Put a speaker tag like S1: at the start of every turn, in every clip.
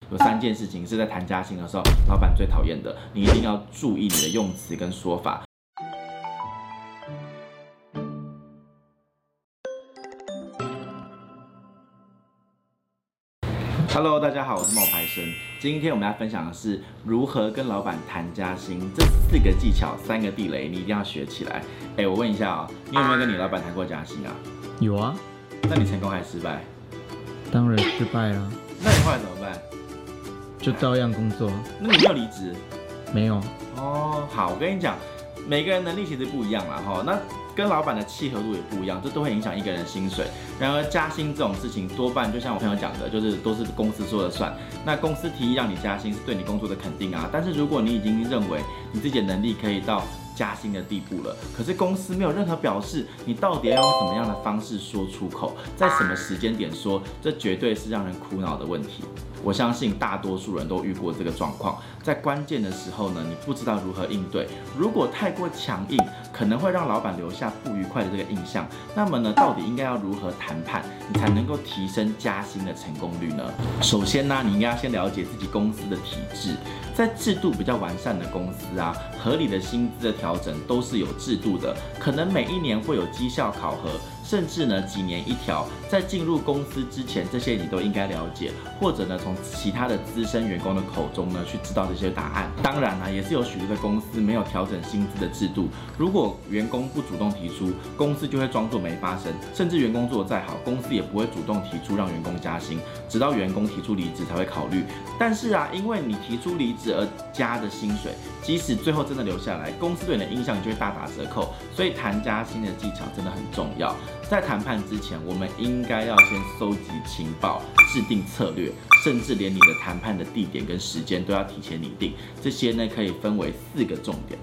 S1: 有3件事情是在谈加薪的时候，老板最讨厌的，你一定要注意你的用词跟说法。Hello， 大家好，我是冒牌生。今天我们要分享的是如何跟老板谈加薪，这4个技巧、3个地雷，你一定要学起来。我问一下啊，你有没有跟你老板谈过加薪啊？
S2: 有啊。
S1: 那你成功还是失败？
S2: 当然失败了。
S1: 那你后来怎么办？
S2: 就照样工作。
S1: 那你没有离职？
S2: 没有。
S1: 哦，好，我跟你讲，每个人能力其实不一样啦，哈，那跟老板的契合度也不一样，这都会影响一个人的薪水。然而加薪这种事情，多半就像我朋友讲的，就是都是公司说了算。那公司提议让你加薪，是对你工作的肯定啊。但是如果你已经认为你自己的能力可以到加薪的地步了，可是公司没有任何表示，你到底要用什么样的方式说出口，在什么时间点说，这绝对是让人苦恼的问题。我相信大多数人都遇过这个状况，在关键的时候呢，你不知道如何应对。如果太过强硬，可能会让老板留下不愉快的这个印象。那么呢，到底应该要如何谈判，你才能够提升加薪的成功率呢？首先呢，你应该要先了解自己公司的体制。在制度比较完善的公司啊，合理的薪资的调整都是有制度的，可能每1年会有绩效考核，甚至呢几年一调。在进入公司之前，这些你都应该了解，或者呢从其他的资深员工的口中呢去知道这些答案。当然也是有许多的公司没有调整薪资的制度，如果员工不主动提出，公司就会装作没发生，甚至员工做得再好，公司也不会主动提出让员工加薪，直到员工提出离职才会考虑。但是因为你提出离职而加的薪水，即使最后真的留下来，公司对你的印象就会大打折扣。所以谈加薪的技巧真的很重要。在谈判之前，我们应该要先搜集情报，制定策略，甚至连你的谈判的地点跟时间都要提前拟定。这些呢可以分为4个重点。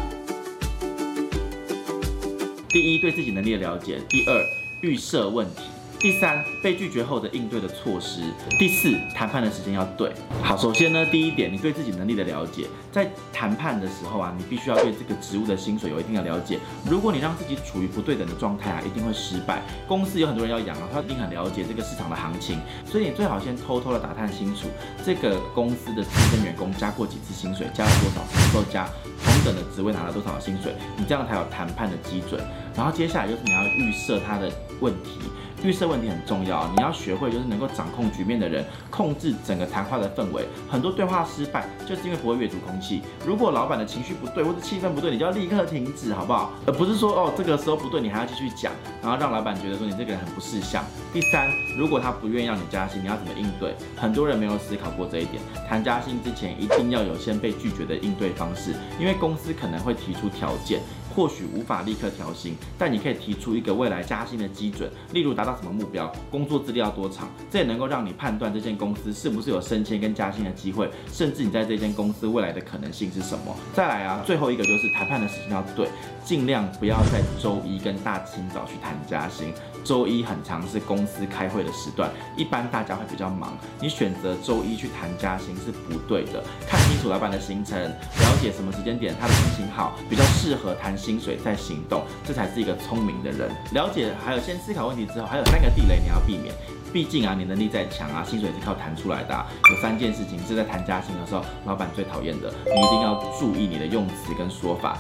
S1: 第1，对自己能力的了解；第2，预设问题；第3，被拒绝后的应对的措施；第4，谈判的时间要对。好，首先呢，第1点，你对自己能力的了解，在谈判的时候你必须要对这个职务的薪水有一定的了解。如果你让自己处于不对等的状态一定会失败。公司有很多人要养他一定很了解这个市场的行情，所以你最好先偷偷的打探清楚这个公司的资深员工加过几次薪水，加了多少，什么时候加，同等的职位拿了多少的薪水，你这样才有谈判的基准。然后接下来就是你要预设他的问题。预设问题很重要，你要学会就是能够掌控局面的人，控制整个谈话的氛围。很多对话失败就是因为不会阅读空气。如果老板的情绪不对或者气氛不对，你就要立刻停止，好不好？而不是说这个时候不对，你还要继续讲，然后让老板觉得说你这个人很不识相。第3，如果他不愿意让你加薪，你要怎么应对？很多人没有思考过这一点。谈加薪之前，一定要有先被拒绝的应对方式，因为公司可能会提出条件。或许无法立刻调薪，但你可以提出一个未来加薪的基准，例如达到什么目标，工作资历要多长，这也能够让你判断这间公司是不是有升迁跟加薪的机会，甚至你在这间公司未来的可能性是什么。再来最后一个就是谈判的时间要对，尽量不要在周1跟大清早去谈加薪。周1很常是公司开会的时段，一般大家会比较忙，你选择周1去谈加薪是不对的。看清楚老板的行程，了解什么时间点他的心情好，比较适合谈薪水再行动，这才是一个聪明的人。了解还有先思考问题之后，还有3个地雷你要避免。毕竟你能力再强薪水是靠谈出来的有3件事情是在谈加薪的时候，老板最讨厌的，你一定要注意你的用词跟说法。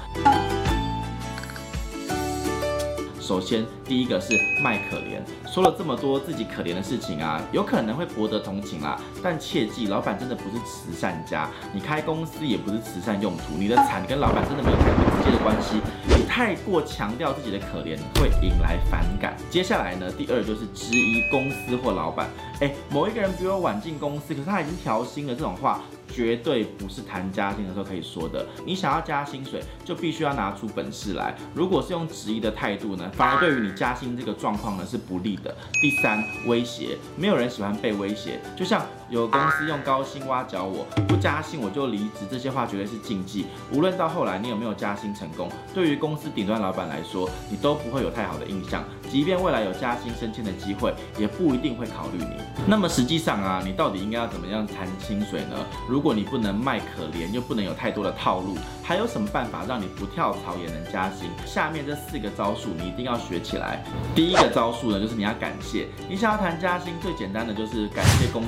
S1: 首先，第1个是卖可怜，说了这么多自己可怜的事情有可能会博得同情啦，但切记，老板真的不是慈善家，你开公司也不是慈善用途，你的惨跟老板真的没有太多直接的关系，你太过强调自己的可怜，会引来反感。接下来呢，第2就是质疑公司或老板，某一个人比我晚进公司，可是他已经调薪了，这种话绝对不是谈加薪的时候可以说的。你想要加薪水，就必须要拿出本事来。如果是用质疑的态度呢，反而对于你加薪这个状况呢是不利的。第3，威胁，没有人喜欢被威胁，就像有公司用高薪挖角我，不加薪我就离职，这些话绝对是禁忌。无论到后来你有没有加薪成功，对于公司顶端老板来说，你都不会有太好的印象。即便未来有加薪升迁的机会，也不一定会考虑你。那么实际上你到底应该要怎么样谈薪水呢？如果你不能卖可怜，又不能有太多的套路，还有什么办法让你不跳槽也能加薪？下面这4个招数你一定要学起来。第1个招数呢，就是你要感谢。你想要谈加薪，最简单的就是感谢公司感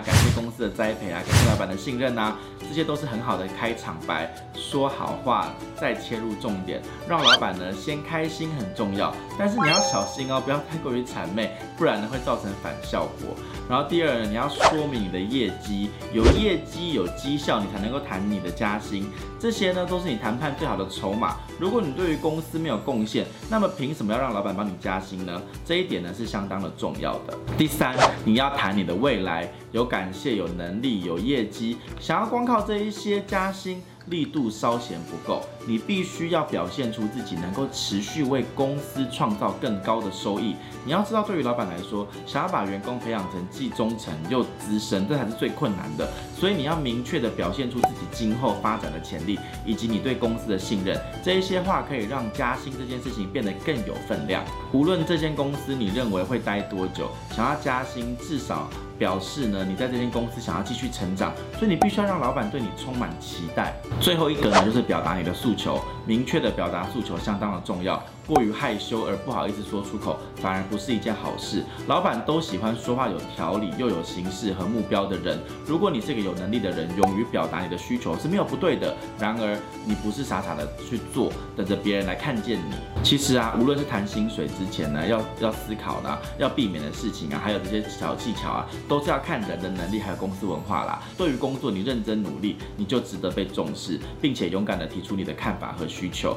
S1: 感谢公司的栽培啊，感谢老板的信任啊，这些都是很好的开场白，说好话，再切入重点，让老板呢先开心很重要，但是你要小心哦，不要太过于谄媚，不然呢会造成反效果。然后第二呢，你要说明你的业绩，有业绩有绩效，你才能够谈你的加薪，这些呢都是你谈判最好的筹码。如果你对于公司没有贡献，那么凭什么要让老板帮你加薪呢？这一点呢是相当的重要的。第三，你要谈你的未来，有感谢，有能力，有业绩，想要光靠这一些加薪，力度稍显不够，你必须要表现出自己能够持续为公司创造更高的收益。你要知道，对于老板来说，想要把员工培养成既忠诚又资深，这才是最困难的。所以你要明确的表现出自己今后发展的潜力，以及你对公司的信任。这一些话可以让加薪这件事情变得更有分量。无论这间公司你认为会待多久，想要加薪，至少表示呢，你在这间公司想要继续成长，所以你必须要让老板对你充满期待。最后一个呢，就是表达你的诉求，明确的表达诉求相当的重要。过于害羞而不好意思说出口，反而不是一件好事。老板都喜欢说话有条理又有形式和目标的人。如果你是个有能力的人，勇于表达你的需求是没有不对的。然而，你不是傻傻的去做，等着别人来看见你。其实啊，无论是谈薪水之前呢，要思考的，要避免的事情啊，还有这些小技巧啊，都是要看人的能力还有公司文化啦。对于工作你认真努力，你就值得被重视，并且勇敢的提出你的看法和需求。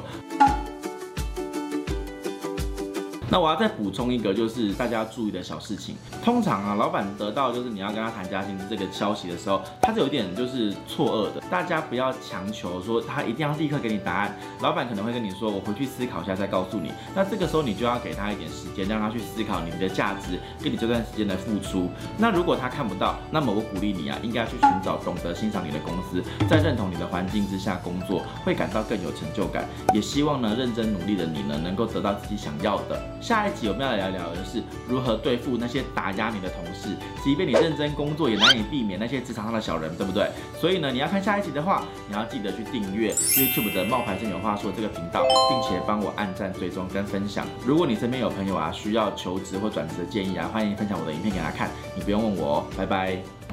S1: 那我要再补充一个，就是大家要注意的小事情。通常啊，老板得到就是你要跟他谈加薪这个消息的时候，他是有点就是错愕的。大家不要强求说他一定要立刻给你答案。老板可能会跟你说，我回去思考一下再告诉你。那这个时候你就要给他一点时间，让他去思考你的价值跟你这段时间的付出。那如果他看不到，那么我鼓励你啊，应该去寻找懂得欣赏你的公司，在认同你的环境之下工作，会感到更有成就感。也希望呢，认真努力的你呢，能够得到自己想要的。下一集我们要来聊聊的是如何对付那些打压你的同事，即便你认真工作，也难以避免那些职场上的小人，对不对？所以呢，你要看下一集的话，你要记得去订阅 YouTube 的冒牌生有话说这个频道，并且帮我按赞、追踪跟分享。如果你身边有朋友啊需要求职或转职的建议啊，欢迎分享我的影片给他看，你不用问我哦，拜拜。